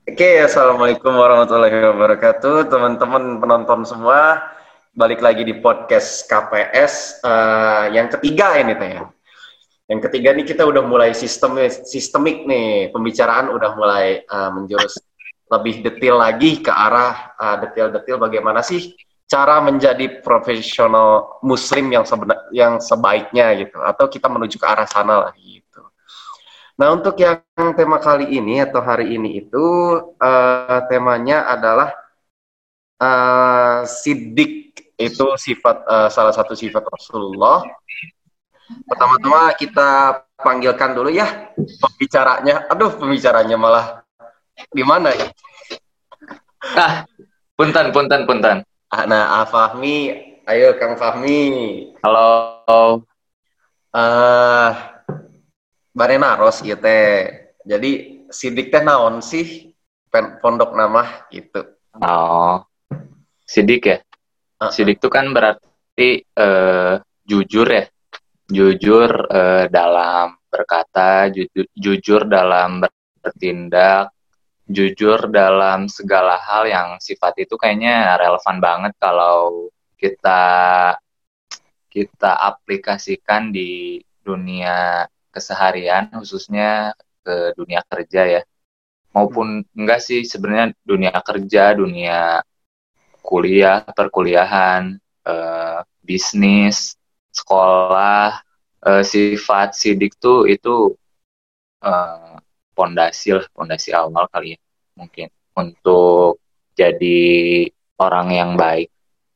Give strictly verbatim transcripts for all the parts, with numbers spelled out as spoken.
Oke, assalamualaikum warahmatullahi wabarakatuh, teman-teman penonton semua. Balik lagi di podcast K P S eh, yang ketiga ini teh ya. Yang ketiga nih kita udah mulai sistem sistemik nih, pembicaraan udah mulai eh, menjurus lebih detail lagi ke arah eh, detail-detail bagaimana sih cara menjadi profesional Muslim yang sebenar, yang sebaiknya gitu, atau kita menuju ke arah sana lah gitu. Nah, untuk yang tema kali ini atau hari ini itu uh, temanya adalah uh, sidik, itu sifat uh, salah satu sifat Rasulullah. Pertama-tama kita panggilkan dulu ya pembicaranya. Aduh, pembicaranya malah di mana ya? Ah, punten, punten, punten. Ah, Nah, ah, Fahmi, ayo Kang Fahmi. Halo. Uh, Barenaros gitu teh. Jadi sidik teh naon sih? Pen- Pondok nama gitu. Oh, sidik ya. Uh-uh. Sidik itu kan berarti eh, jujur ya. Jujur eh, dalam berkata, jujur, jujur dalam bertindak, jujur dalam segala hal yang sifat itu kayaknya relevan banget kalau kita kita aplikasikan di dunia keseharian, khususnya ke dunia kerja ya. Maupun enggak sih sebenarnya dunia kerja, dunia kuliah, perkuliahan, eh, bisnis, sekolah, eh, sifat sidik tuh itu eh, pondasi lah, pondasi awal kali ya mungkin untuk jadi orang yang baik.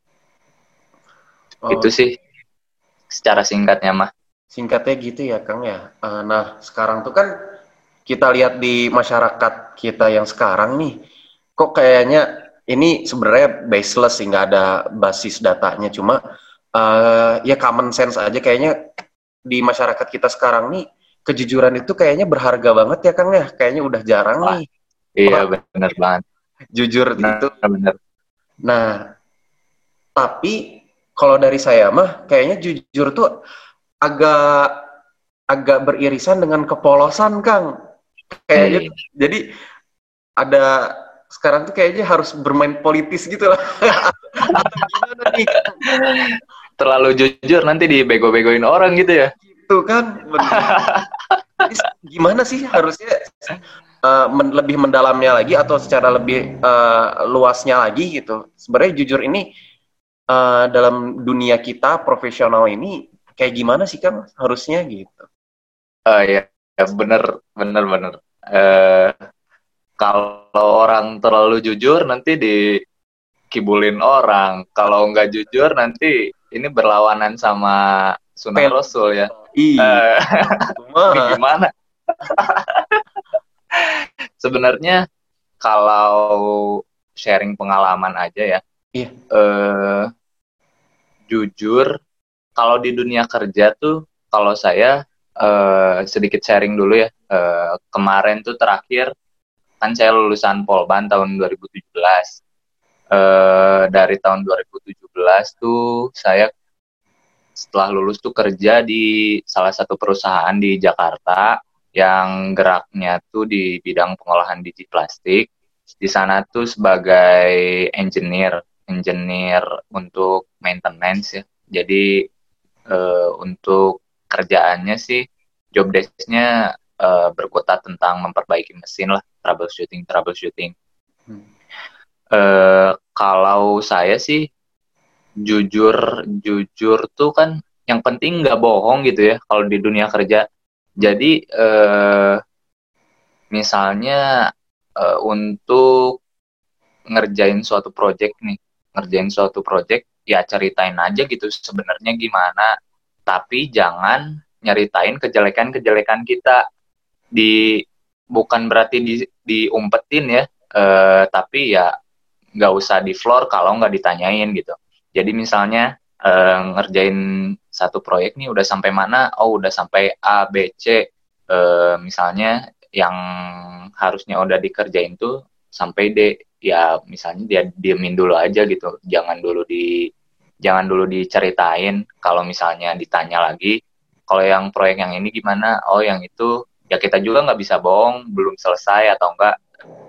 Itu Oh, sih secara singkatnya mah. singkatnya gitu ya, Kang ya. Eh, nah, sekarang tuh kan kita lihat di masyarakat kita yang sekarang nih, kok kayaknya ini sebenarnya baseless sih, nggak ada basis datanya. Cuma eh, ya common sense aja kayaknya di masyarakat kita sekarang nih, kejujuran itu kayaknya berharga banget ya, Kang ya. Kayaknya udah jarang Wah, nih iya orang bener banget. jujur itu. Bener-bener. Nah, tapi kalau dari saya mah kayaknya jujur tuh agak agak beririsan dengan kepolosan, Kang. Kayaknya Eh, jadi ada sekarang tuh kayaknya harus bermain politis gitu lah. Atau gimana nih? terlalu jujur nanti dibego-begoin orang gitu ya. Itu kan bener. Jadi gimana sih harusnya uh, men lebih mendalamnya lagi atau secara lebih uh, luasnya lagi gitu. Sebenarnya jujur ini uh, dalam dunia kita profesional ini kayak gimana sih kan harusnya gitu. Oh iya, ya, bener, bener, bener. Eh, kalau orang terlalu jujur nanti dikibulin orang. Kalau nggak jujur nanti ini berlawanan sama Sunnah Pen Rasul ya. Ih, Eh, ini cuma gimana? Sebenarnya kalau sharing pengalaman aja ya, iya. eh, jujur, kalau di dunia kerja tuh, kalau saya eh, sedikit sharing dulu ya. Eh, kemarin tuh terakhir kan saya lulusan Polban tahun dua ribu tujuh belas. Eh, dari tahun dua ribu tujuh belas tuh saya setelah lulus tuh kerja di salah satu perusahaan di Jakarta yang geraknya tuh di bidang pengolahan biji plastik. Di sana tuh sebagai engineer, engineer untuk maintenance ya. Jadi eh, untuk kerjaannya sih job desk-nya eh, berkutat tentang memperbaiki mesin lah, troubleshooting, troubleshooting. Eh, kalau saya sih jujur jujur tuh kan yang penting nggak bohong gitu ya kalau di dunia kerja. Jadi eh, misalnya eh, untuk ngerjain suatu project nih, ngerjain suatu project ya ceritain aja gitu sebenarnya gimana, tapi jangan nyeritain kejelekan-kejelekan kita di bukan berarti di diumpetin ya, eh, tapi ya nggak usah di floor kalau nggak ditanyain gitu. Jadi misalnya eh, ngerjain satu proyek nih udah sampai mana? Oh udah sampai A, B, C. Eh, misalnya yang harusnya udah dikerjain tuh sampai D. Ya misalnya dia diemin dulu aja gitu. Jangan dulu di jangan dulu diceritain. Kalau misalnya ditanya lagi, kalau yang proyek yang ini gimana? Oh yang itu ya kita juga nggak bisa bohong belum selesai atau enggak,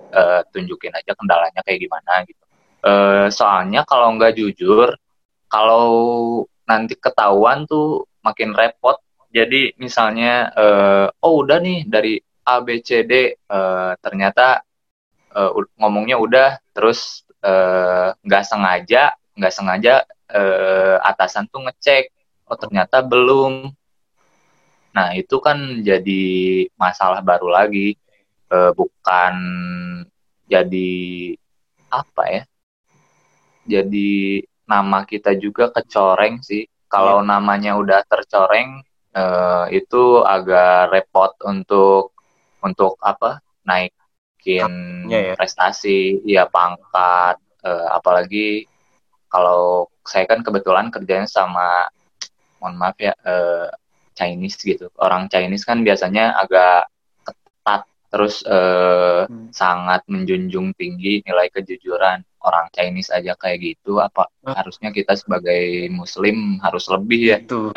tunjukin aja kendalanya kayak gimana gitu. Uh, soalnya kalau nggak jujur, kalau nanti ketahuan tuh makin repot. Jadi misalnya, uh, oh udah nih dari A B C D, uh, ternyata uh, ngomongnya udah, terus uh, nggak sengaja, nggak sengaja uh, atasan tuh ngecek, oh ternyata belum. Nah itu kan jadi masalah baru lagi, uh, bukan jadi apa ya? Jadi nama kita juga kecoreng sih. Kalau yeah. namanya udah tercoreng, uh, itu agak repot untuk untuk apa? Naikin yeah, yeah. prestasi, ya pangkat. Uh, apalagi kalau saya kan kebetulan kerjanya sama, mohon maaf ya, uh, Chinese gitu. Orang Chinese kan biasanya agak ketat, terus uh, hmm. sangat menjunjung tinggi nilai kejujuran. Orang Chinese aja kayak gitu, apa oh. harusnya kita sebagai Muslim harus lebih ya? Itu.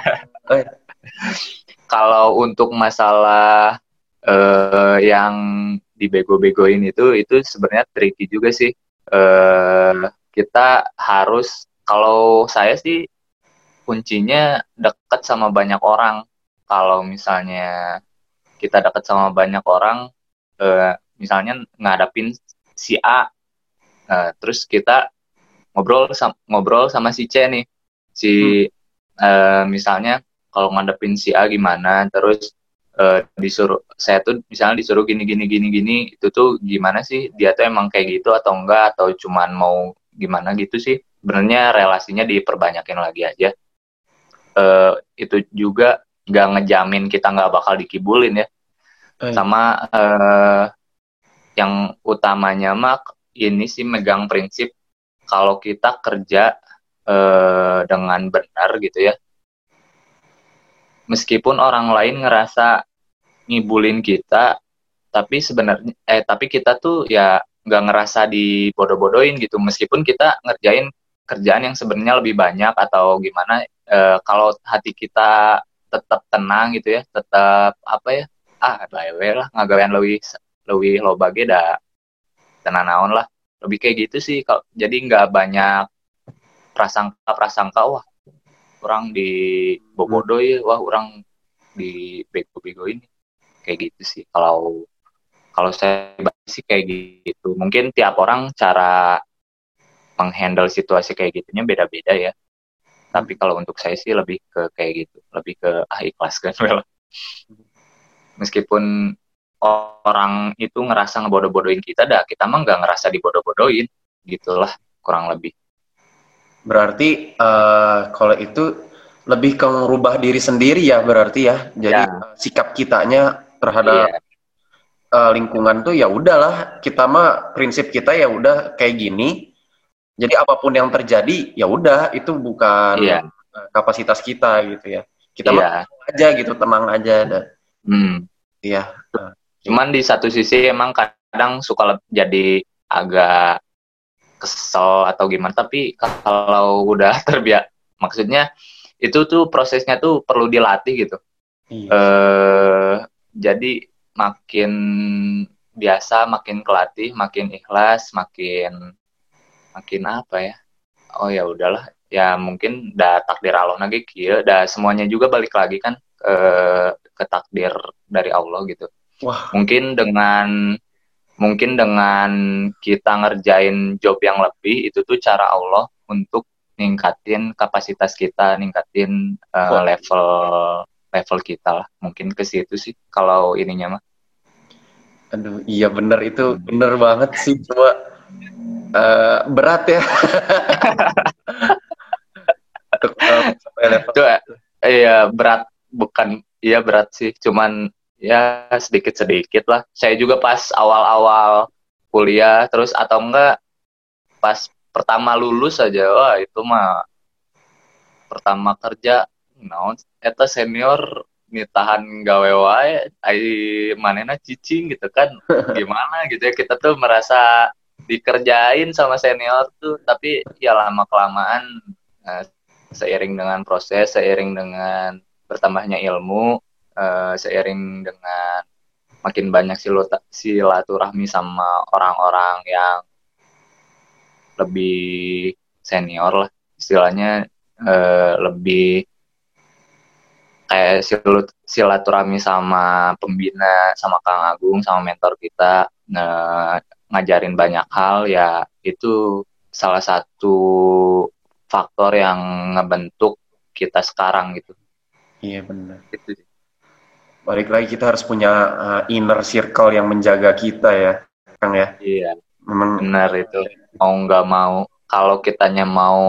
Kalau untuk masalah uh, yang dibego-begoin itu, itu sebenarnya tricky juga sih. Uh, kita harus, kalau saya sih kuncinya dekat sama banyak orang. Kalau misalnya kita dekat sama banyak orang, uh, misalnya ngadapin si A, uh, terus kita ngobrol sama, ngobrol sama si C nih, si hmm. uh, misalnya kalau ngadepin si A gimana, terus uh, disuruh, saya tuh misalnya disuruh gini gini gini gini, itu tuh gimana sih, dia tuh emang kayak gitu atau enggak, atau cuman mau gimana gitu sih. Sebenarnya relasinya diperbanyakin lagi aja. Uh, itu juga nggak ngejamin kita nggak bakal dikibulin ya. Hmm. Sama uh, yang utamanya mah ini sih megang prinsip kalau kita kerja uh, dengan benar gitu ya. Meskipun orang lain ngerasa ngibulin kita, tapi sebenarnya eh tapi kita tuh ya nggak ngerasa dibodoh-bodohin gitu. Meskipun kita ngerjain kerjaan yang sebenarnya lebih banyak atau gimana, eh, kalau hati kita tetap tenang gitu ya, tetap apa ya, ah bae lah ngagawean leuwih leuwih loba ge da tenan naon lah. Lebih kayak gitu sih. Kalau jadi nggak banyak prasangka-prasangka, wah orang dibobodoy, wah orang di bego-begoin, kayak gitu sih. Kalau kalau saya sih kayak gitu. Mungkin tiap orang cara menghandle situasi kayak gitunya beda-beda ya. Tapi kalau untuk saya sih lebih ke kayak gitu, lebih ke ah ikhlas kan. Meskipun orang itu ngerasa ngebodoh-bodohin kita, dah kita mah nggak ngerasa dibodoh-bodohin, gitulah kurang lebih. Berarti uh, kalau itu lebih ke merubah diri sendiri ya berarti ya. Jadi ya. Sikap kitanya terhadap yeah. uh, lingkungan tuh ya udahlah, kita mah prinsip kita ya udah kayak gini. Jadi apapun yang terjadi ya udah, itu bukan yeah. kapasitas kita gitu ya. Kita yeah. mah aja gitu, tenang aja dah. Hmm. Iya. Uh, Cuman di satu sisi emang kadang suka jadi agak kesel atau gimana, tapi kalau udah terbiasa, maksudnya itu tuh prosesnya tuh perlu dilatih gitu. Iya. Eh, jadi makin biasa, makin kelatih, makin ikhlas, makin makin apa ya? Oh ya udahlah, ya mungkin dah takdir Allah lagi kieu, dah semuanya juga balik lagi kan ke, ke takdir dari Allah gitu. Wah. Mungkin dengan Mungkin dengan kita ngerjain job yang lebih, itu tuh cara Allah untuk ningkatin kapasitas kita, ningkatin uh, level level kita lah. Mungkin ke situ sih kalau ininya mah. Aduh, iya bener itu, bener banget sih, cuma uh, berat ya. Untuk uh, sampai level itu iya berat, bukan iya berat sih, cuman ya sedikit-sedikit lah. Saya juga pas awal-awal kuliah, terus atau enggak pas pertama lulus aja, wah itu mah pertama kerja, naon eta senior ngitahan gawe wae, ai manehna cicing gitu kan. Gimana gitu ya, kita tuh merasa dikerjain sama senior tuh, tapi ya lama-kelamaan uh, seiring dengan proses, seiring dengan bertambahnya ilmu, Uh, seiring dengan makin banyak silat- silaturahmi sama orang-orang yang lebih senior lah, istilahnya eh, lebih kayak silut- silaturahmi sama pembina, sama Kang Agung, sama mentor kita, nge- ngajarin banyak hal ya, itu salah satu faktor yang ngebentuk kita sekarang gitu. Iya benar. Gitu sih. Balik lagi kita harus punya uh, inner circle yang menjaga kita ya, Kang ya. Iya, Memang benar itu. Mau nggak mau, kalau kitanya mau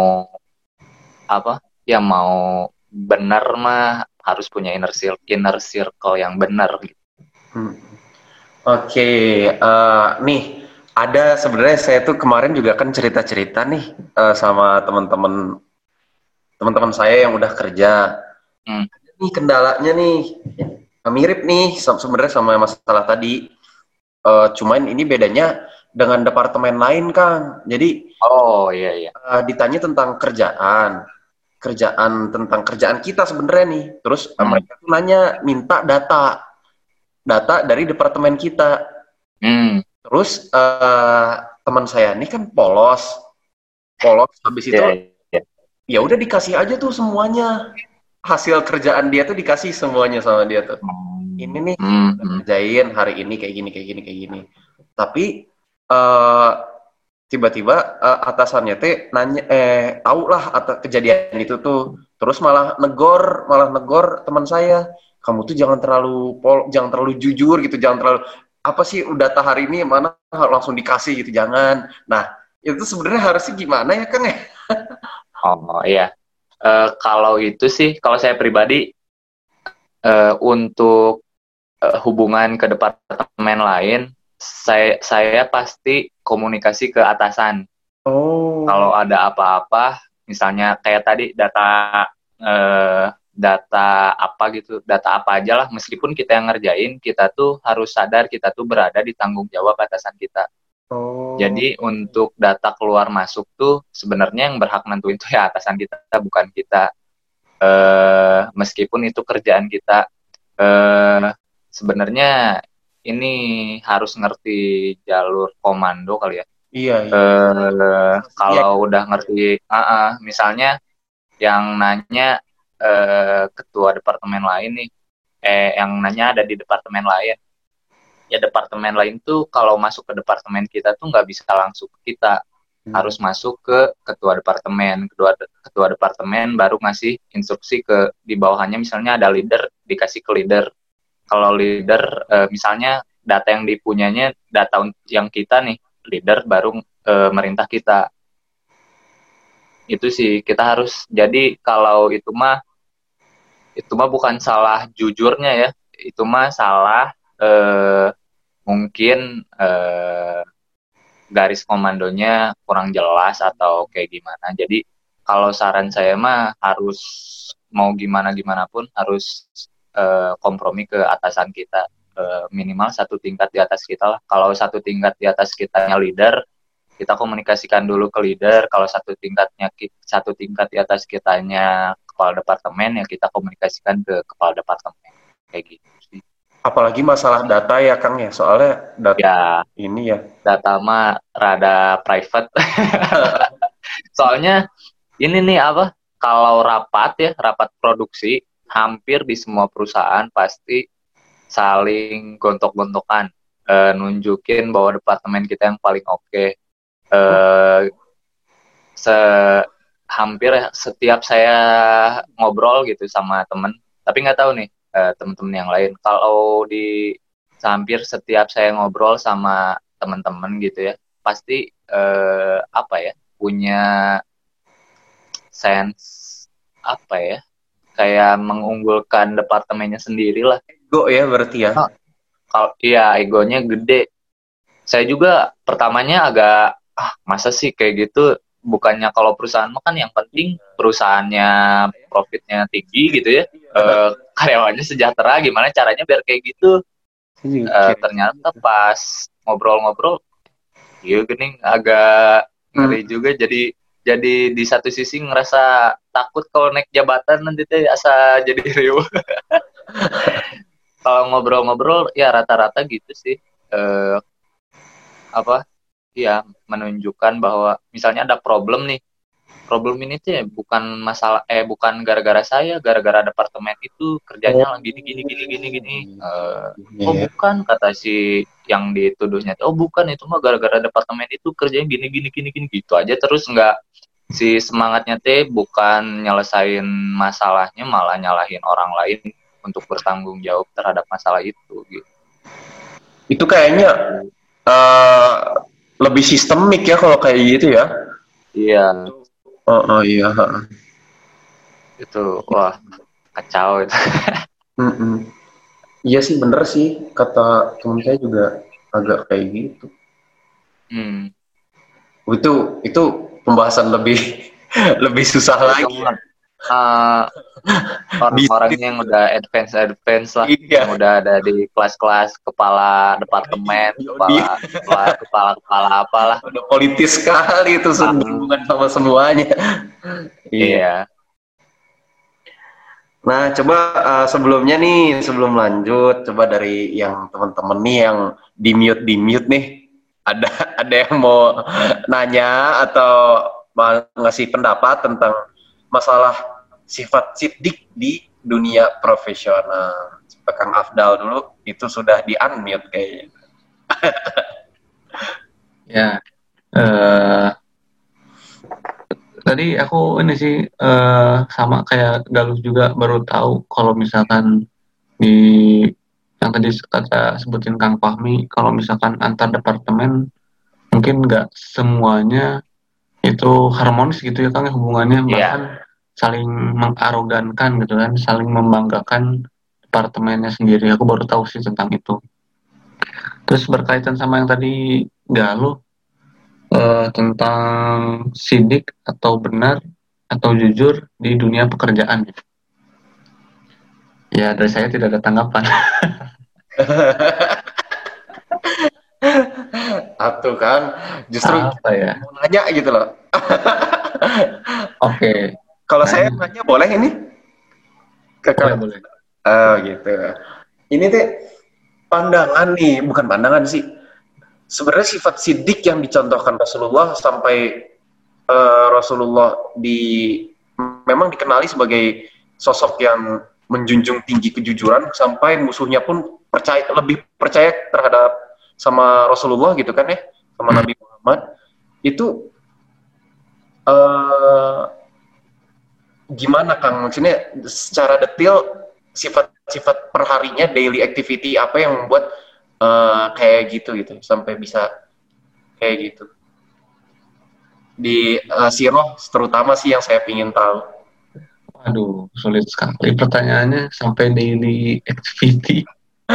apa, ya mau benar mah harus punya inner circle, inner circle yang benar gitu. hmm. Oke, eh, nih ada sebenarnya saya tuh kemarin juga kan cerita-cerita nih eh, sama teman-teman teman-teman saya yang udah kerja. Hmm. Ini kendalanya nih mirip nih se- sebenarnya sama masalah tadi. Eh, cuman ini bedanya dengan departemen lain, Kang. Jadi Oh iya iya. eh, ditanya tentang kerjaan, kerjaan tentang kerjaan kita sebenarnya nih. Terus eh, Hmm. mereka tuh nanya minta data, data dari departemen kita. Hmm. Terus eh, teman saya ini kan polos, polos. Habis itu Iya iya. ya udah dikasih aja tuh semuanya, hasil kerjaan dia tuh dikasih semuanya sama dia tuh. Ini nih Hmm. udah Hmm. kerjain hari ini kayak gini kayak gini kayak gini. Tapi eh, tiba-tiba eh, atasannya teh nanya eh tahu lah atas kejadian itu tuh. Terus malah negor, malah negor teman saya. Kamu tuh jangan terlalu pol, jangan terlalu jujur gitu, jangan terlalu apa sih data hari ini mana langsung dikasih gitu, jangan. Nah, itu sebenarnya harusnya gimana ya, Kang ya? Oh iya. Eh, kalau itu sih, kalau saya pribadi eh, untuk eh, hubungan ke departemen lain, saya saya pasti komunikasi ke atasan. Oh. Kalau ada apa-apa, misalnya kayak tadi data eh, data apa gitu, data apa aja lah, meskipun kita yang ngerjain, kita tuh harus sadar kita tuh berada di tanggung jawab atasan kita. Oh. Jadi untuk data keluar masuk tuh sebenarnya yang berhak nentuin tuh ya atasan kita, bukan kita. Eh, meskipun itu kerjaan kita, eh, sebenarnya ini harus ngerti jalur komando kali ya. Iya, iya. Eh, Iya. kalau udah ngerti, ah, ah, misalnya yang nanya eh, ketua departemen lain nih, eh yang nanya ada di departemen lain. Ya departemen lain tuh kalau masuk ke departemen kita tuh nggak bisa langsung ke kita, Hmm. harus masuk ke ketua departemen. Ketua ketua departemen baru ngasih instruksi ke di bawahnya, misalnya ada leader dikasih ke leader. Kalau leader eh, misalnya data yang dipunyanya data yang kita nih, leader baru eh, merintah kita. Itu sih kita harus, jadi kalau itu mah itu mah bukan salah jujurnya ya, itu mah salah eh, mungkin eh, garis komandonya kurang jelas atau kayak gimana. Jadi kalau saran saya mah harus mau gimana gimana pun harus eh, kompromi ke atasan kita. Eh, minimal satu tingkat di atas kita lah. Kalau satu tingkat di atas kitanya leader, kita komunikasikan dulu ke leader. Kalau satu tingkatnya satu tingkat di atas kitanya kepala departemen, ya kita komunikasikan ke kepala departemen kayak gitu sih. Apalagi masalah data ya, Kang ya. Soalnya data Ya, ini ya. data mah rada private. Soalnya ini nih apa? Kalau rapat ya, rapat produksi, hampir di semua perusahaan pasti saling gontok-gontokan, e, nunjukin bahwa departemen kita yang paling oke. Okay. E, se hampir setiap saya ngobrol gitu sama temen, tapi nggak tahu nih e, temen-temen yang lain. Kalau di hampir setiap saya ngobrol sama teman-teman gitu ya, pasti eh, apa ya, punya sense apa ya, kayak mengunggulkan departemennya sendiri lah. Ego ya berarti ya. Oh, kalau iya egonya gede. Saya juga pertamanya agak ah masa sih kayak gitu, bukannya kalau perusahaan mah kan yang penting perusahaannya profitnya tinggi gitu ya, eh, karyawannya sejahtera, gimana caranya biar kayak gitu. Uh, ternyata pas ngobrol-ngobrol, iya gini agak ngeri juga. Jadi jadi di satu sisi ngerasa takut kalau naik jabatan nanti teh asa jadi riuh. kalau ngobrol-ngobrol ya rata-rata gitu sih. Eh, apa? Ya menunjukkan bahwa misalnya ada problem nih. Problem ini tuh ya bukan masalah eh bukan gara-gara saya, gara-gara departemen itu Oh, kerjanya gini gini gini gini gini. Eh, ya, oh ya. bukan kata si yang dituduhnya. Oh bukan itu mah gara-gara departemen itu kerjanya gini gini gini gini gitu aja terus nggak si semangatnya teh bukan nyelesain masalahnya malah nyalahin orang lain untuk bertanggung jawab terhadap masalah itu gitu. Itu kayaknya eh, lebih sistemik ya kalau kayak gitu ya. Iya, Oh, oh iya. itu wah kacau itu. Mm-mm. Iya sih bener sih kata temen saya juga agak kayak gitu. Hmm. Itu itu pembahasan lebih lebih susah Itu lagi. mah uh, orang-orang Bisnis. yang udah advance advance lah, yang Iya. udah ada di kelas-kelas kepala departemen, Yodi. kepala kepala kepala kepala apalah. Udah politis sekali itu Um, berhubungan sama semuanya. Iya. iya. Nah, coba uh, sebelumnya nih, sebelum lanjut, coba dari yang teman-teman nih yang di mute di mute nih, ada ada yang mau nanya atau mau ngasih pendapat tentang masalah sifat sidik di dunia profesional. Coba Kang Afdal dulu, itu sudah di unmute kayaknya. Ya, eh, tadi aku ini sih eh, sama kayak Galus juga baru tahu kalau misalkan di yang tadi kata sebutin Kang Fahmi, kalau misalkan antar departemen mungkin nggak semuanya itu harmonis gitu ya Kang ya, hubungannya, Iya. bahkan saling mengarogankan gitu kan, saling membanggakan departemennya sendiri. Aku baru tahu sih tentang itu. Terus berkaitan sama yang tadi Galuh, Uh, tentang sidik atau benar atau jujur di dunia pekerjaan. Ya, dari saya tidak ada tanggapan. Atuh kan, justru Apa ya? mau nanya gitu loh. Oke. Okay. Kalau Nah, saya nanya boleh ini? Ke boleh, boleh. Oh gitu. Ini teh pandangan nih, bukan pandangan sih. Sebenarnya sifat sidik yang dicontohkan Rasulullah sampai uh, Rasulullah di memang dikenali sebagai sosok yang menjunjung tinggi kejujuran sampai musuhnya pun percaya lebih percaya terhadap sama Rasulullah gitu kan ya, sama Nabi Muhammad. Itu uh, gimana Kang? Maksudnya secara detail sifat-sifat perharinya, daily activity apa yang membuat uh, kayak gitu gitu sampai bisa kayak gitu di uh, Siroh terutama sih yang saya ingin tahu. Aduh, sulit sekali pertanyaannya sampai daily activity.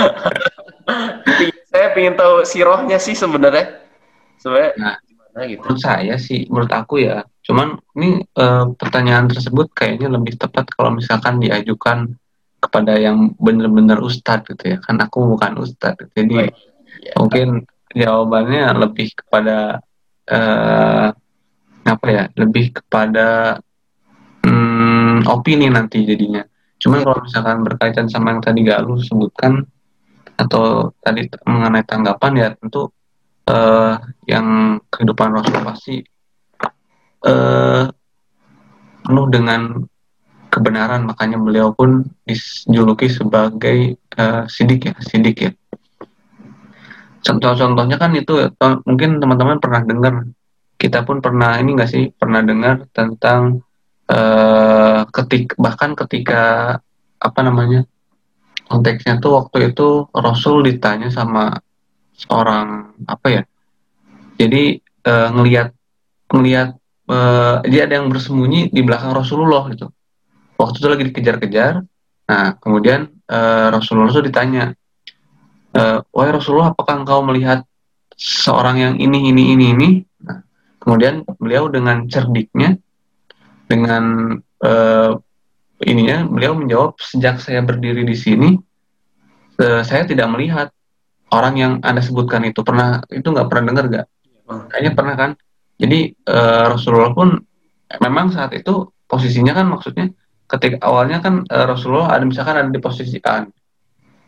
Saya ingin tahu Sirohnya sih sebenarnya. Sebenarnya Nah, gimana gitu. menurut saya sih, menurut aku ya, cuman ini uh, pertanyaan tersebut kayaknya lebih tepat kalau misalkan diajukan kepada yang benar-benar ustadz gitu ya, kan aku bukan ustadz, jadi ya. Mungkin jawabannya lebih kepada uh, apa ya, lebih kepada um, opini nanti jadinya. Cuman kalau misalkan berkaitan sama yang tadi Galuh sebutkan atau tadi mengenai tanggapan, ya tentu uh, yang kehidupan Rasul pasti uh, penuh dengan kebenaran, makanya beliau pun dijuluki sebagai uh, sidik ya, sidik ya. Contoh-contohnya kan itu, mungkin teman-teman pernah dengar, kita pun pernah ini nggak sih, pernah dengar tentang uh, ketik bahkan ketika apa namanya konteksnya tuh waktu itu Rasul ditanya sama seorang apa ya, jadi uh, ngelihat ngelihat uh, dia ada yang bersembunyi di belakang Rasulullah gitu. Waktu itu lagi dikejar-kejar. Nah kemudian uh, Rasulullah itu ditanya, Uh, wahai Rasulullah, apakah engkau melihat seorang yang ini, ini, ini, ini? Nah, kemudian beliau dengan cerdiknya, dengan uh, ininya, beliau menjawab, sejak saya berdiri di sini, uh, saya tidak melihat orang yang Anda sebutkan itu. Pernah, itu nggak pernah dengar nggak? Kayaknya pernah kan? Jadi uh, Rasulullah pun memang saat itu posisinya kan, maksudnya ketika awalnya kan uh, Rasulullah ada misalkan ada di posisi A.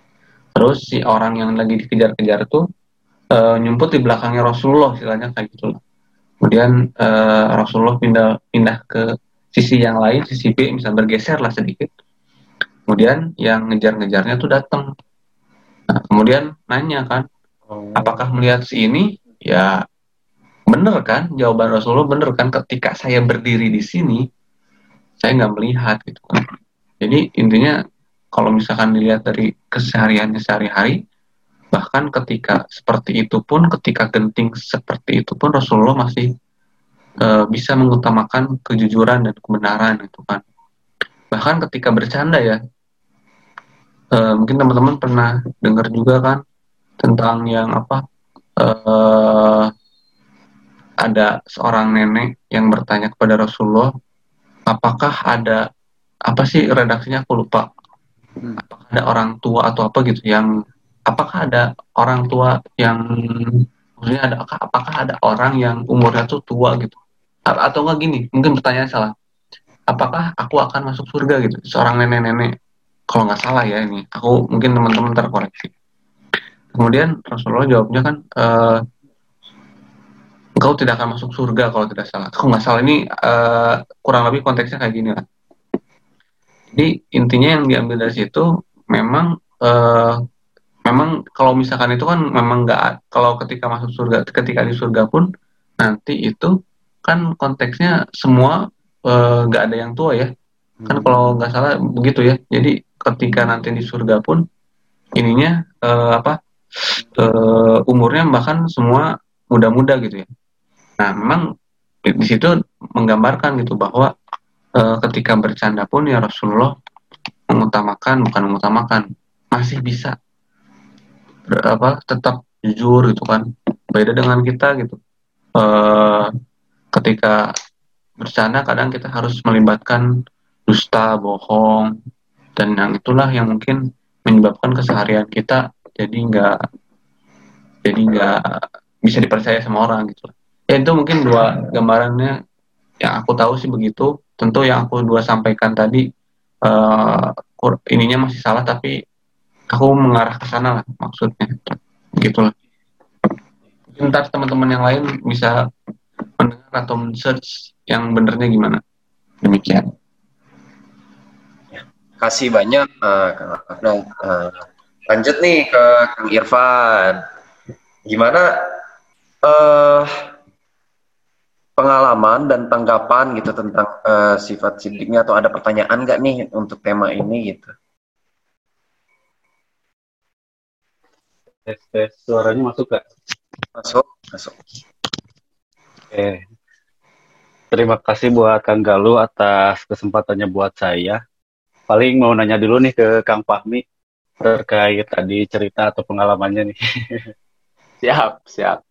Terus si orang yang lagi dikejar-kejar tuh uh, nyumput di belakangnya Rasulullah, istilahnya kayak gitu. Kemudian uh, Rasulullah pindah pindah ke sisi yang lain, sisi B, misalnya bergeser lah sedikit. Kemudian yang ngejar-ngejarnya tuh datang. Nah, kemudian nanya kan, apakah melihat si ini? Ya bener kan, jawaban Rasulullah bener kan, ketika saya berdiri di sini, saya nggak melihat gitu kan. Jadi intinya kalau misalkan dilihat dari kesehariannya sehari-hari, bahkan ketika seperti itu pun, ketika genting seperti itu pun Rasulullah masih e, bisa mengutamakan kejujuran dan kebenaran gitu kan. Bahkan ketika bercanda ya, e, mungkin teman-teman pernah dengar juga kan tentang yang apa, e, ada seorang nenek yang bertanya kepada Rasulullah, apakah ada apa sih redaksinya aku lupa, apakah ada orang tua atau apa gitu yang, apakah ada orang tua yang, maksudnya ada apakah ada orang yang umurnya tuh tua gitu, A- atau enggak gini, mungkin pertanyaan salah, apakah aku akan masuk surga gitu, seorang nenek-nenek, kalau nggak salah ya ini, aku mungkin teman-teman terkoreksi. Kemudian Rasulullah jawabnya kan, e, engkau tidak akan masuk surga kalau tidak salah. Aku nggak salah ini, uh, kurang lebih konteksnya kayak gini lah. Jadi intinya yang diambil dari situ memang, uh, memang kalau misalkan itu kan memang nggak, kalau ketika masuk surga, ketika di surga pun nanti itu kan konteksnya semua nggak uh, ada yang tua ya. Kan kalau nggak salah begitu ya. Jadi ketika nanti di surga pun ininya uh, apa uh, umurnya bahkan semua muda-muda gitu ya. Nah, memang di situ menggambarkan gitu bahwa e, ketika bercanda pun ya Rasulullah mengutamakan, bukan mengutamakan, masih bisa ber, apa tetap jujur gitu kan. Beda dengan kita gitu. E, ketika bercanda kadang kita harus melibatkan dusta, bohong, dan yang itulah yang mungkin menyebabkan keseharian kita jadi nggak jadi nggak bisa dipercaya sama orang gitu. Ya itu mungkin dua gambarannya yang aku tahu sih begitu. Tentu yang aku dua sampaikan tadi uh, ininya masih salah, tapi aku mengarah ke sana lah maksudnya. Begitulah. Mungkin ntar teman-teman yang lain bisa mendengar atau men-search yang benernya gimana. Demikian. Kasih banyak uh, Kang Afnan. Uh, lanjut nih ke Kang Irfan. Gimana uh, pengalaman dan tanggapan gitu tentang uh, sifat sidiknya, atau ada pertanyaan nggak nih untuk tema ini gitu? Tes tes suaranya masuk nggak? Masuk, masuk. Oke. Terima kasih buat Kang Galuh atas kesempatannya buat saya. Paling mau nanya dulu nih ke Kang Fahmi terkait tadi cerita atau pengalamannya nih. Siap, siap.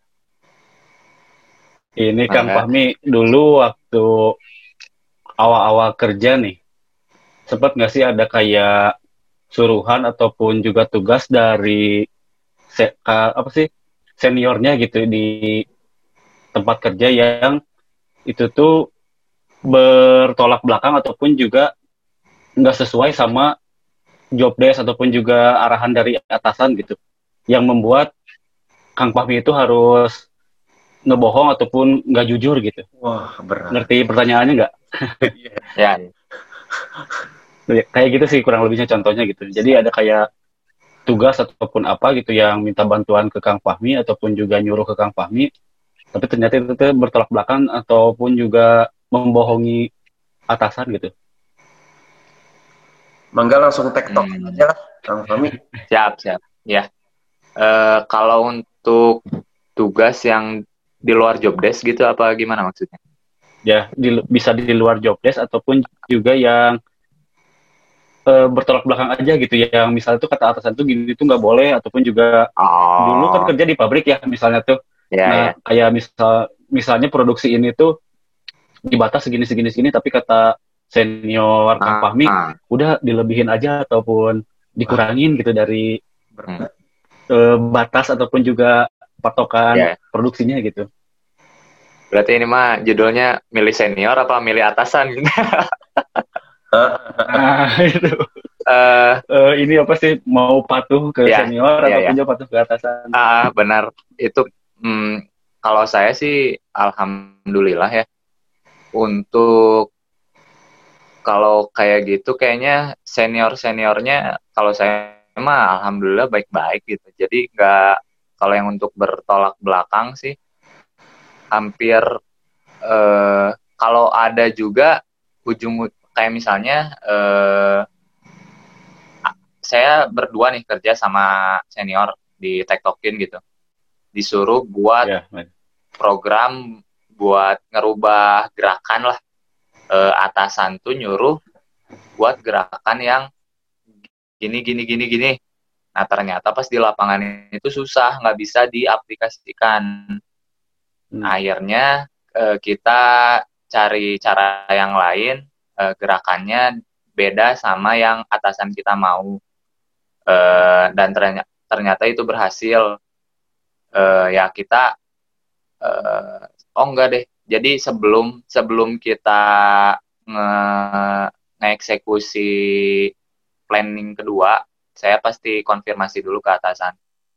Ini Kang Fahmi dulu waktu awal-awal kerja nih, sempat nggak sih ada kayak suruhan ataupun juga tugas dari se- ka- apa sih seniornya gitu di tempat kerja yang itu tuh bertolak belakang ataupun juga nggak sesuai sama job desk ataupun juga arahan dari atasan gitu, yang membuat Kang Fahmi itu harus ngebohong ataupun nggak jujur gitu. Wah, berat. Ngerti pertanyaannya nggak? Ya. Kayak gitu sih kurang lebihnya contohnya gitu. Jadi ada kayak tugas ataupun apa gitu yang minta bantuan ke Kang Fahmi ataupun juga nyuruh ke Kang Fahmi, tapi ternyata itu tuh bertolak belakang ataupun juga membohongi atasan gitu. Mangga langsung tektok Hmm. aja lah, Kang Fahmi. Siap, siap. Ya. Uh, kalau untuk tugas yang di luar job desk gitu apa gimana maksudnya? Ya, di, bisa di luar job desk ataupun juga yang uh, bertolak belakang aja gitu, yang misalnya tuh kata atasan tuh gini tuh nggak boleh, ataupun juga Oh. dulu kan kerja di pabrik ya misalnya tuh. Ya, nah, ya. kayak misal misalnya produksi ini tuh dibatas segini segini segini, tapi kata senior Kang Fahmi, ah. udah dilebihin aja ataupun dikurangin gitu dari Hmm. uh, batas ataupun juga patokan Yeah. produksinya gitu. Berarti ini mah judulnya milih senior apa milih atasan gitu? Nah, itu. eh Eh, ini apa sih, mau patuh ke Ya, senior ya, ataupun ya. juga patuh ke atasan? Ah, benar. Itu hmm, kalau saya sih alhamdulillah ya. Untuk kalau kayak gitu kayaknya senior-seniornya kalau saya mah alhamdulillah baik-baik gitu. Jadi nggak, kalau yang untuk bertolak belakang sih hampir eh, kalau ada juga ujung kayak misalnya eh, saya berdua nih kerja sama senior di TikTokin gitu. Disuruh buat Ya, men. program buat ngerubah gerakan lah. Eh, atasan tuh nyuruh buat gerakan yang gini gini gini gini. Nah ternyata pas di lapangan itu susah, nggak bisa diaplikasikan. Hmm. Akhirnya eh, kita cari cara yang lain, eh, gerakannya beda sama yang atasan kita mau. Eh, dan ternyata, ternyata itu berhasil. Eh, ya kita, eh, oh enggak deh. Jadi sebelum sebelum kita nge ngeeksekusi planning kedua, saya pasti konfirmasi dulu ke atasan.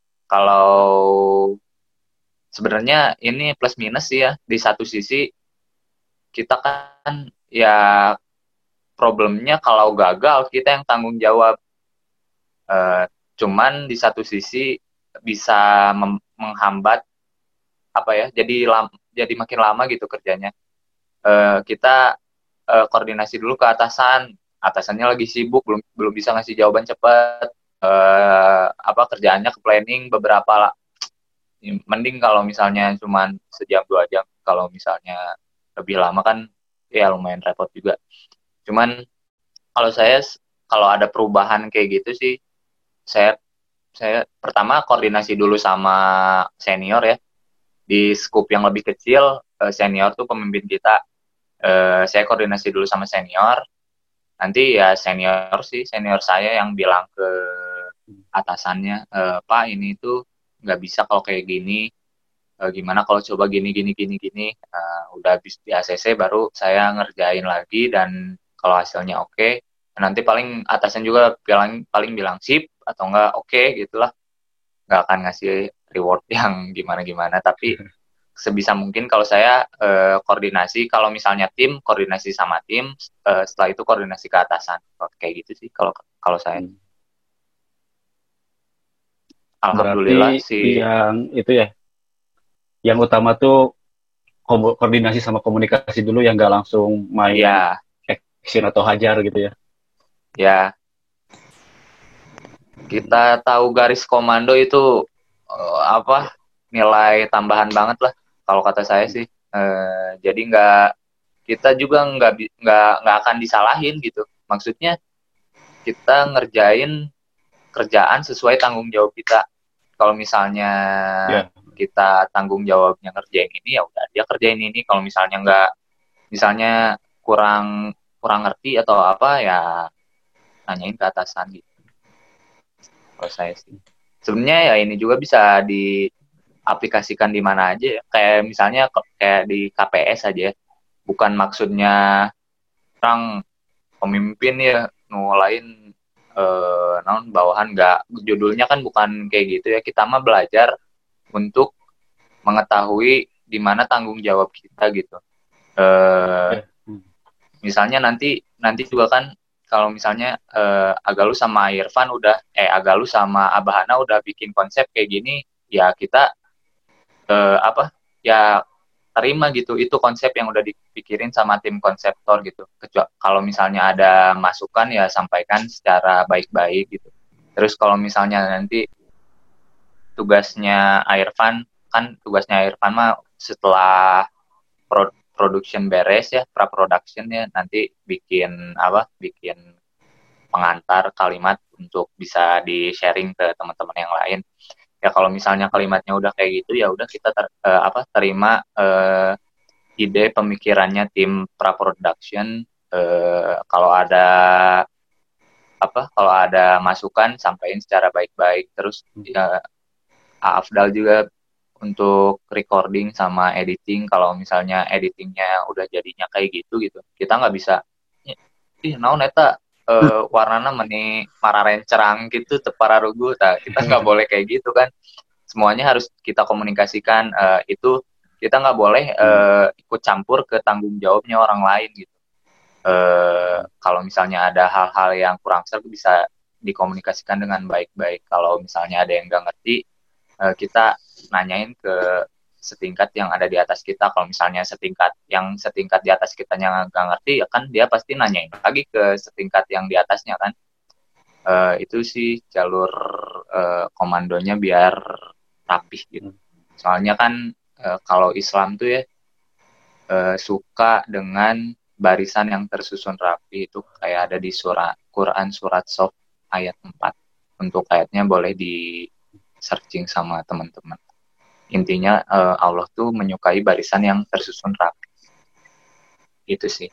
Kalau sebenarnya ini plus minus sih ya. Di satu sisi kita kan ya problemnya kalau gagal kita yang tanggung jawab. Eh, cuman di satu sisi bisa mem- menghambat apa ya? Jadi lam, jadi makin lama gitu kerjanya. Eh, kita eh, koordinasi dulu ke atasan. Atasannya lagi sibuk, belum belum bisa ngasih jawaban cepat. Eh, apa kerjaannya ke planning beberapa lah. Mending kalau misalnya cuman sejam dua jam. Kalau misalnya lebih lama kan ya lumayan repot juga. Cuman kalau saya kalau ada perubahan kayak gitu sih, saya saya pertama koordinasi dulu sama senior ya. Di skup yang lebih kecil, eh, senior tuh pemimpin kita. Eh, saya koordinasi dulu sama senior. Nanti ya senior sih, senior saya yang bilang ke atasannya, eh, Pak ini tuh nggak bisa kalau kayak gini. Eh, gimana kalau coba gini gini gini gini. Eh, udah habis di A C C baru saya ngerjain lagi dan kalau hasilnya oke, nanti paling atasan juga bilang paling bilang sip atau enggak oke gitulah. Nggak akan ngasih reward yang gimana gimana, tapi sebisa mungkin kalau saya eh, koordinasi, kalau misalnya tim koordinasi sama tim, eh, setelah itu koordinasi ke atasan kayak gitu sih kalau kalau saya. Hmm. Alhamdulillah Berarti sih. yang itu ya, yang utama tuh ko- koordinasi sama komunikasi dulu, yang nggak langsung main Ya, action atau hajar gitu ya. ya kita tahu garis komando itu eh, apa nilai tambahan banget lah kalau kata saya sih. Eh, jadi nggak, kita juga nggak bi- nggak nggak akan disalahin gitu. Maksudnya kita ngerjain kerjaan sesuai tanggung jawab kita. Kalau misalnya Ya. kita tanggung jawabnya ngerjain ini, ya udah dia kerjain ini. Kalau misalnya nggak, misalnya kurang kurang ngerti atau apa ya nanyain ke atasan gitu. Kalau saya sih. Sebenarnya ya ini juga bisa diaplikasikan di mana aja ya. Kayak misalnya ke- kayak di K P S aja ya. Bukan maksudnya orang pemimpin ya ngulain eh, non bawahan, nggak, judulnya kan bukan kayak gitu ya. Kita mah belajar untuk mengetahui di mana tanggung jawab kita gitu. Eh, Ya. Hmm. misalnya nanti nanti juga kan kalau misalnya eh, Agalu sama Irfan udah eh Agalu sama Abahana udah bikin konsep kayak gini, ya kita eh, apa ya terima gitu, itu konsep yang udah dipikirin sama tim konseptor gitu. Kecuali kalau misalnya ada masukan ya sampaikan secara baik-baik gitu. Terus kalau misalnya nanti tugasnya Irfan, kan tugasnya Irfan mah setelah pro- production beres ya, pra-production ya, nanti bikin apa, bikin pengantar kalimat untuk bisa di-sharing ke teman-teman yang lain. Ya kalau misalnya kalimatnya udah kayak gitu, ya udah kita ter, eh, apa terima eh, ide pemikirannya tim pra-production. Eh, kalau ada apa, kalau ada masukan sampaikan secara baik-baik. Terus ya, Afdal juga untuk recording sama editing. Kalau misalnya editingnya udah jadinya kayak gitu gitu, kita nggak bisa ih naon eta uh, warnanya meni mararen cerang gitu tepararugu, nah, kita nggak boleh kayak gitu kan. Semuanya harus kita komunikasikan, uh, itu kita nggak boleh uh, ikut campur ke tanggung jawabnya orang lain gitu. Uh, kalau misalnya ada hal-hal yang kurang serba bisa dikomunikasikan dengan baik-baik. Kalau misalnya ada yang nggak ngerti, uh, kita nanyain ke setingkat yang ada di atas kita. Kalau misalnya setingkat yang setingkat di atas kitanya nggak ngerti, ya kan dia pasti nanyain lagi ke setingkat yang di atasnya kan. Uh, itu sih jalur uh, komandonya biar rapih gitu. Soalnya kan uh, kalau Islam tuh ya uh, suka dengan barisan yang tersusun rapi, itu kayak ada di surat Quran surat Sof ayat empat. Untuk ayatnya boleh di searching sama teman-teman. Intinya uh, Allah tuh menyukai barisan yang tersusun rapi. Itu sih.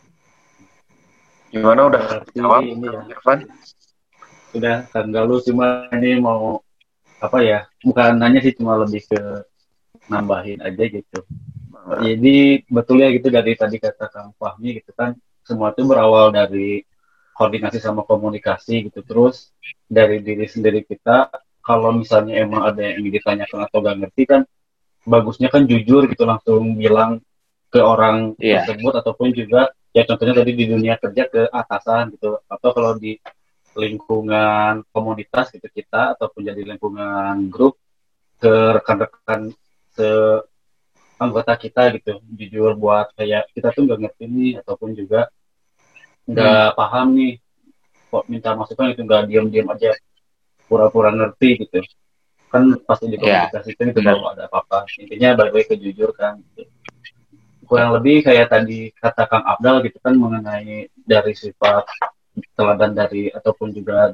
Gimana udah jawab, ini ya. Irfan? Sudah, Kang Galuh, cuma ini mau apa ya? Bukan nanya sih, cuma lebih ke nambahin aja gitu. Jadi betul ya gitu dari tadi kata Kang Fahmi gitu kan, semua itu berawal dari koordinasi sama komunikasi gitu. Terus dari diri sendiri kita, kalau misalnya emang ada yang ingin ditanyakan atau gak ngerti kan, bagusnya kan jujur gitu, langsung bilang ke orang yeah. tersebut, ataupun juga ya contohnya tadi di dunia kerja ke atasan gitu, atau kalau di lingkungan komunitas gitu kita, ataupun jadi lingkungan grup ke rekan-rekan se anggota kita gitu, jujur buat kayak kita tuh nggak ngerti nih, ataupun juga nggak hmm. paham nih, kok minta masukan itu nggak diam-diam aja pura-pura ngerti gitu kan, pasti dikomunikasikan yeah. itu kalau ada apa-apa. Intinya balik ke jujur kan gitu. Kurang lebih kayak tadi kata Kang Abdal gitu kan, mengenai dari sifat teladan dari ataupun juga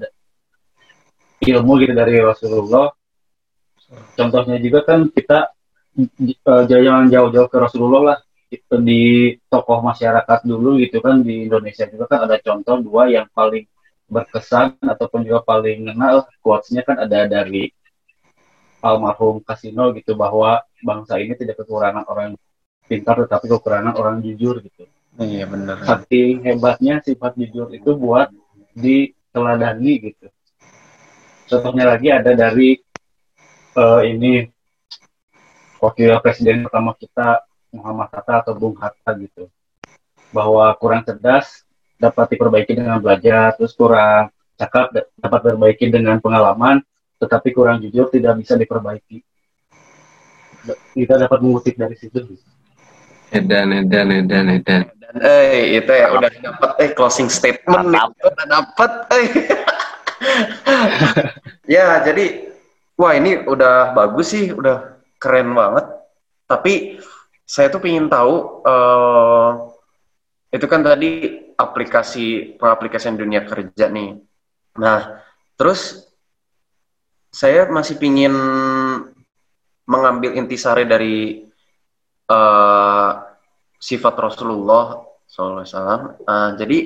ilmu gitu dari Rasulullah. Contohnya juga kan kita Uh, jangan jauh-jauh ke Rasulullah lah, itu di tokoh masyarakat dulu gitu kan, di Indonesia juga kan ada contoh dua yang paling berkesan ataupun juga paling kenal, quotes-nya kan ada dari almarhum Kasino gitu, bahwa bangsa ini tidak kekurangan orang pintar tetapi kekurangan orang jujur gitu. Iya benar. Saking hebatnya sifat jujur itu buat diteladani gitu. Contohnya lagi ada dari uh, ini wakil presiden pertama kita Muhammad Hatta atau Bung Hatta gitu, bahwa kurang cerdas dapat diperbaiki dengan belajar, terus kurang cakap dapat diperbaiki dengan pengalaman, tetapi kurang jujur tidak bisa diperbaiki. Kita dapat mengutip dari situ. Edan, edan, edan, edan. Eh, itu ya udah dapat eh closing statement nih, udah dapat. Eh. Ya, jadi wah ini udah bagus sih, udah keren banget. Tapi saya tuh pengen tahu, uh, itu kan tadi aplikasi pengaplikasian dunia kerja nih. Nah, terus saya masih pengen mengambil intisari dari uh, sifat Rasulullah shallallahu alaihi wasallam. Uh, jadi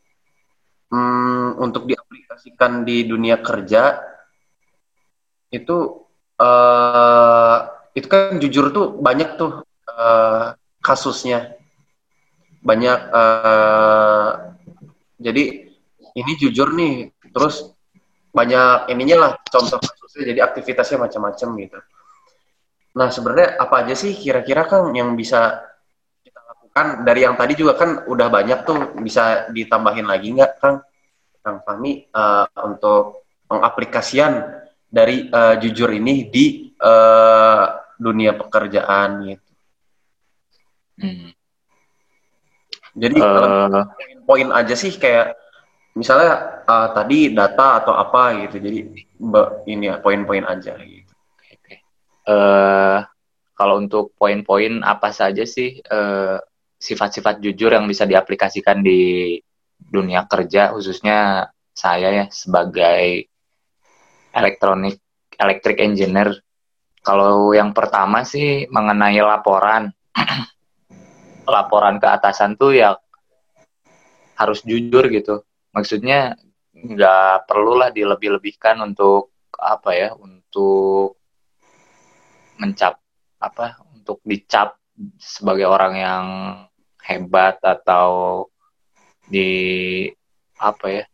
um, untuk diaplikasikan di dunia kerja itu uh, itu kan jujur tuh banyak tuh uh, kasusnya, banyak uh, jadi ini jujur nih, terus banyak ininya lah contoh kasusnya, jadi aktivitasnya macam-macam gitu. Nah sebenarnya apa aja sih kira-kira Kang yang bisa kita lakukan, dari yang tadi juga kan udah banyak tuh, bisa ditambahin lagi nggak Kang Kang Fahmi uh, untuk pengaplikasian dari uh, jujur ini di uh, dunia pekerjaan gitu. Hmm. Jadi uh, poin-poin aja sih, kayak misalnya uh, tadi data atau apa gitu. Jadi ini ya poin-poin aja gitu. Okay. Uh, kalau untuk poin-poin apa saja sih uh, sifat-sifat jujur yang bisa diaplikasikan di dunia kerja, khususnya saya ya sebagai elektronik electric engineer. Kalau yang pertama sih mengenai laporan. Laporan ke atasan tuh ya harus jujur gitu. Maksudnya nggak perlulah dilebih-lebihkan untuk apa ya, untuk mencap apa, untuk dicap sebagai orang yang hebat atau di apa ya,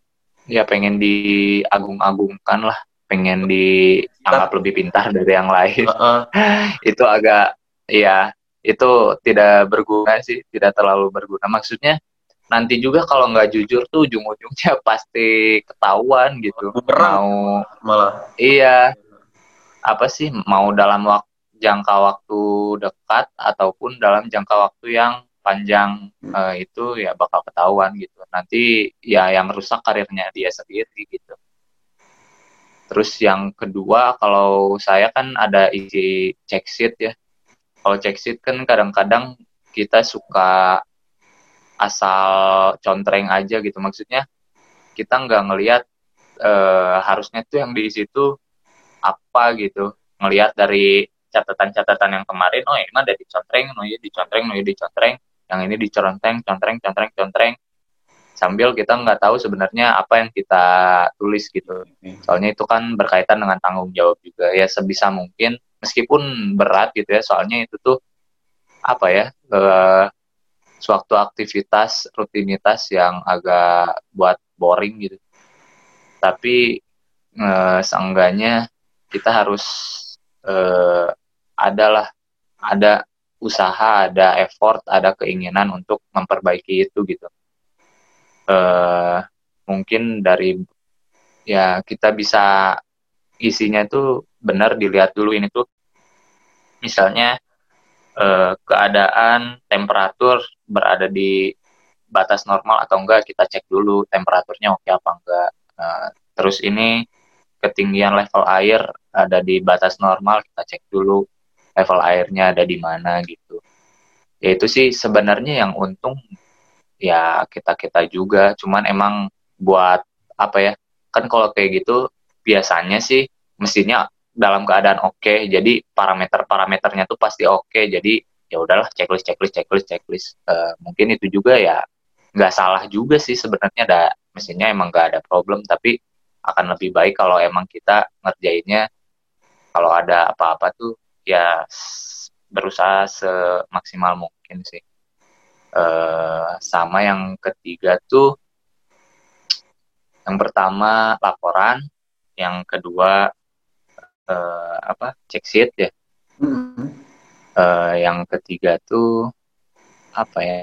ya pengen diagung-agungkan lah, pengen dianggap lebih pintar dari yang lain. Uh-uh. Itu agak, ya itu tidak berguna sih, tidak terlalu berguna. Maksudnya nanti juga kalau nggak jujur tuh ujung-ujungnya pasti ketahuan gitu. Bumerang Mau malah. iya apa sih, mau dalam waktu jangka waktu dekat ataupun dalam jangka waktu yang panjang, eh, itu ya bakal ketahuan gitu. Nanti ya yang rusak karirnya dia sendiri gitu. Terus yang kedua, kalau saya kan ada isi check sheet ya. Kalau check sheet kan kadang-kadang kita suka asal contreng aja gitu. Maksudnya kita nggak ngelihat eh, harusnya tuh yang diisi tuh apa gitu. Ngelihat dari catatan-catatan yang kemarin, oh ini mah ada dicontreng, oh iya dicontreng, oh iya dicontreng, yang ini dicorenteng, contreng, contreng, contreng. Sambil kita nggak tahu sebenarnya apa yang kita tulis gitu. Soalnya itu kan berkaitan dengan tanggung jawab juga. Ya sebisa mungkin, meskipun berat gitu ya, soalnya itu tuh apa ya, eh, suatu aktivitas rutinitas yang agak buat boring gitu. Tapi eh, seenggaknya kita harus eh, adalah ada usaha, ada effort, ada keinginan untuk memperbaiki itu gitu. Eh, mungkin dari ya kita bisa isinya itu benar dilihat dulu ini tuh misalnya eh, keadaan temperatur berada di batas normal atau enggak, kita cek dulu temperaturnya oke apa enggak. Eh, terus ini ketinggian level air ada di batas normal, kita cek dulu level airnya ada di mana gitu. Ya itu sih sebenarnya yang untung ya kita-kita juga, cuman emang buat apa ya, kan kalau kayak gitu biasanya sih mestinya dalam keadaan oke, okay, jadi parameter-parameternya tuh pasti oke, okay, jadi ya udahlah checklist checklist checklist checklist. Uh, mungkin itu juga ya nggak salah juga sih sebenarnya, ada mestinya emang nggak ada problem, tapi akan lebih baik kalau emang kita ngerjainnya kalau ada apa-apa tuh ya berusaha semaksimal mungkin sih. Uh, sama yang ketiga tuh, yang pertama laporan, yang kedua uh, apa check sheet ya, mm-hmm. uh, yang ketiga tuh apa ya,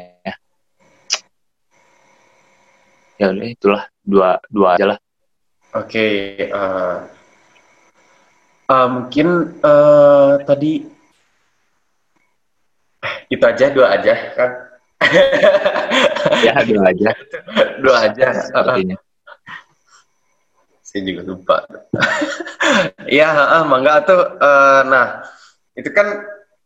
ya udah itulah dua dua aja lah. Oke, okay, uh, uh, mungkin uh, tadi itu aja, dua aja kan. Ya dua aja dua aja sepertinya. Saya juga lupa. Ya, uh, mangga tuh. Uh, nah, itu kan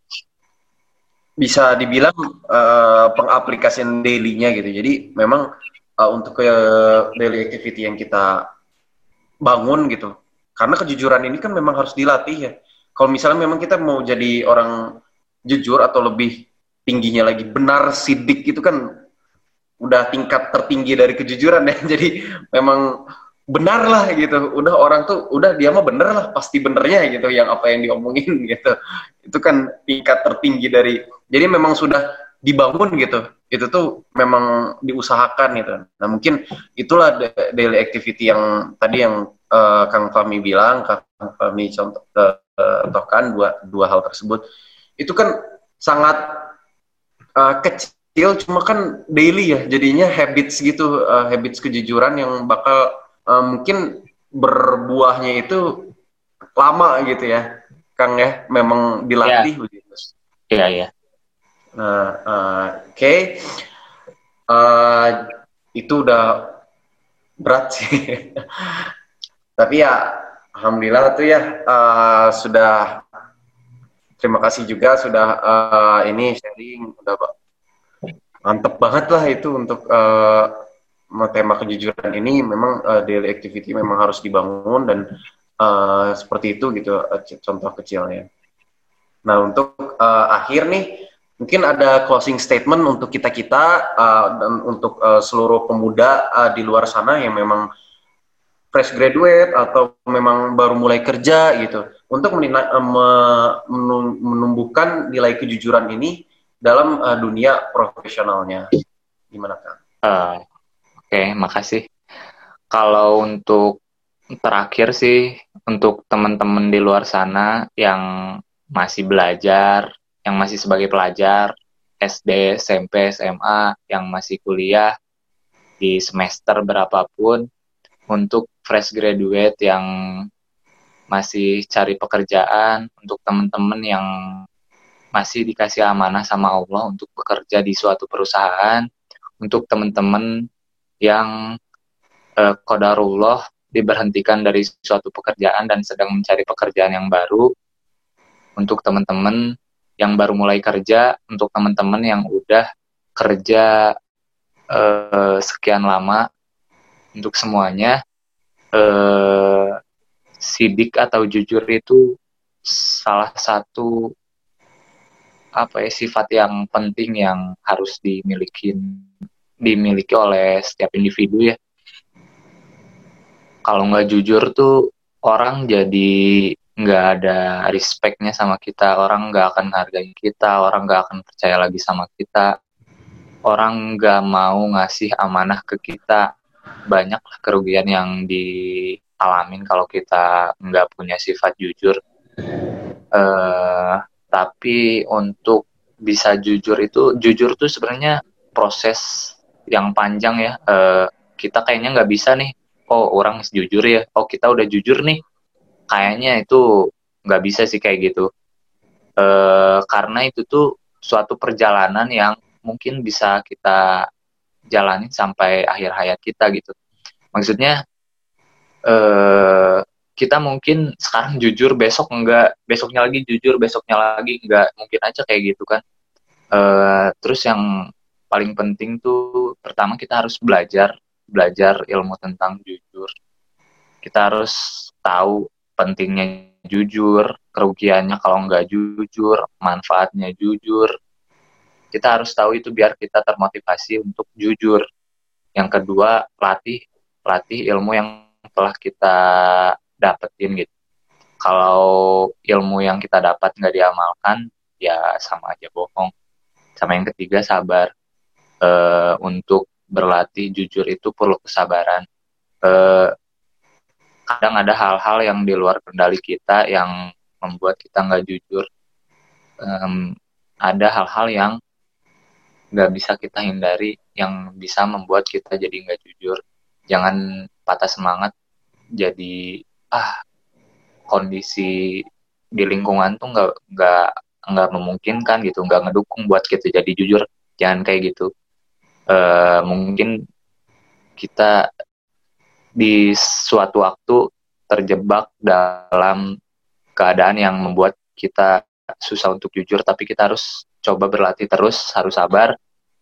bisa dibilang uh, pengaplikasian daily-nya gitu. Jadi memang uh, untuk ke daily activity yang kita bangun gitu. Karena kejujuran ini kan memang harus dilatih ya. Kalau misalnya memang kita mau jadi orang jujur atau lebih tingginya lagi benar sidik, itu kan udah tingkat tertinggi dari kejujuran ya. Jadi memang benar lah gitu. Udah orang tuh udah dia mah bener lah, pasti benernya gitu yang apa yang diomongin gitu. Itu kan tingkat tertinggi dari, jadi memang sudah dibangun gitu. Itu tuh memang diusahakan gitu. Nah, mungkin itulah daily activity yang tadi yang uh, Kang Fahmi bilang, Kang Fahmi contoh uh, contohkan dua dua hal tersebut. Itu kan sangat Uh, kecil, cuma kan daily ya, jadinya habits gitu, uh, habits kejujuran yang bakal uh, mungkin berbuahnya itu lama gitu ya, Kang ya, memang dilatih ya. Begitu. Iya ya. Nah, uh, oke, okay. uh, itu udah berat sih, tapi ya, alhamdulillah tuh ya, uh, sudah. Terima kasih juga sudah uh, ini sharing, udah mantep banget lah itu untuk uh, tema kejujuran ini. Memang uh, daily activity memang harus dibangun dan uh, seperti itu gitu uh, contoh kecilnya. Nah, untuk uh, akhir nih mungkin ada closing statement untuk kita-kita uh, dan untuk uh, seluruh pemuda uh, di luar sana yang memang fresh graduate atau memang baru mulai kerja gitu, untuk menina, menumbuhkan nilai kejujuran ini dalam uh, dunia profesionalnya. Gimana Kang? Uh, Oke, okay, makasih. Kalau untuk terakhir sih, untuk teman-teman di luar sana yang masih belajar, yang masih sebagai pelajar, S D, S M P, S M A, yang masih kuliah di semester berapapun, untuk fresh graduate yang masih cari pekerjaan, untuk teman-teman yang masih dikasih amanah sama Allah untuk bekerja di suatu perusahaan, untuk teman-teman yang eh, qadarullah diberhentikan dari suatu pekerjaan dan sedang mencari pekerjaan yang baru, untuk teman-teman yang baru mulai kerja, untuk teman-teman yang udah kerja eh, sekian lama, untuk semuanya, eh, sidik atau jujur itu salah satu apa ya sifat yang penting yang harus dimiliki dimiliki oleh setiap individu ya. Kalau nggak jujur tuh orang jadi nggak ada respectnya sama kita, orang nggak akan menghargai kita, orang nggak akan percaya lagi sama kita, orang nggak mau ngasih amanah ke kita. Banyaklah kerugian yang dialamin kalau kita nggak punya sifat jujur. Eh, tapi untuk bisa jujur itu, jujur tuh sebenarnya proses yang panjang ya. Eh, kita kayaknya nggak bisa nih, oh orang jujur ya, oh kita udah jujur nih, kayaknya itu nggak bisa sih kayak gitu. Eh, karena itu tuh suatu perjalanan yang mungkin bisa kita jalani sampai akhir hayat kita gitu. Maksudnya eh, kita mungkin sekarang jujur, besok enggak, besoknya lagi jujur, besoknya lagi enggak, mungkin aja kayak gitu kan. Eh, terus yang paling penting tuh pertama kita harus belajar belajar ilmu tentang jujur. Kita harus tahu pentingnya jujur, kerugiannya kalau nggak jujur, manfaatnya jujur. Kita harus tahu itu biar kita termotivasi untuk jujur. Yang kedua, latih latih ilmu yang telah kita dapetin gitu. Kalau ilmu yang kita dapat nggak diamalkan, ya sama aja bohong. Sama yang ketiga, sabar. E, untuk berlatih jujur itu perlu kesabaran. Eh, kadang ada hal-hal yang di luar kendali kita yang membuat kita nggak jujur. Um, ada hal-hal yang nggak bisa kita hindari, yang bisa membuat kita jadi nggak jujur. Jangan patah semangat. Jadi ah kondisi di lingkungan tuh nggak nggak nggak memungkinkan gitu, nggak ngedukung buat kita jadi jujur. Jangan kayak gitu. Uh, mungkin kita di suatu waktu terjebak dalam keadaan yang membuat kita susah untuk jujur, tapi kita harus coba berlatih terus, harus sabar.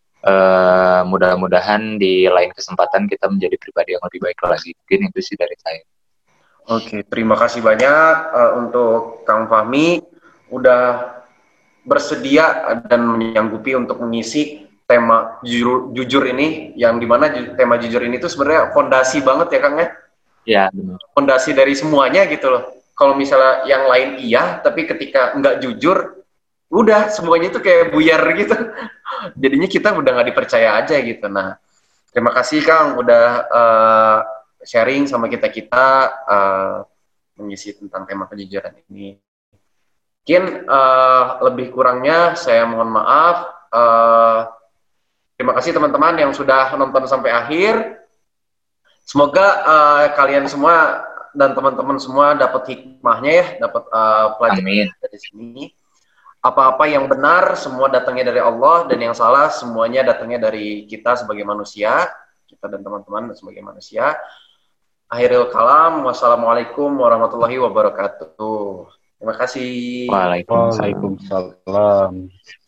Uh, mudah-mudahan di lain kesempatan kita menjadi pribadi yang lebih baik lagi. Mungkin itu sih dari saya. Oke, terima kasih banyak uh, untuk Kang Fahmi udah bersedia dan menyanggupi untuk mengisi tema jujur, jujur ini, yang dimana ju, tema jujur ini tuh sebenarnya fondasi banget ya Kang ya? Iya, benar. Fondasi dari semuanya gitu loh. Kalau misalnya yang lain iya, tapi ketika nggak jujur, udah semuanya itu kayak buyar gitu. Jadinya kita udah nggak dipercaya aja gitu. Nah, terima kasih Kang udah uh, sharing sama kita-kita uh, mengisi tentang tema kejujuran ini. Mungkin uh, lebih kurangnya saya mohon maaf. Uh, Terima kasih teman-teman yang sudah nonton sampai akhir. Semoga uh, kalian semua dan teman-teman semua dapat hikmahnya ya, dapat uh, pelajaran dari sini. Apa-apa yang benar semua datangnya dari Allah, dan yang salah semuanya datangnya dari kita sebagai manusia, kita dan teman-teman sebagai manusia. Akhirul kalam, wassalamualaikum warahmatullahi wabarakatuh. Terima kasih. Waalaikumsalam.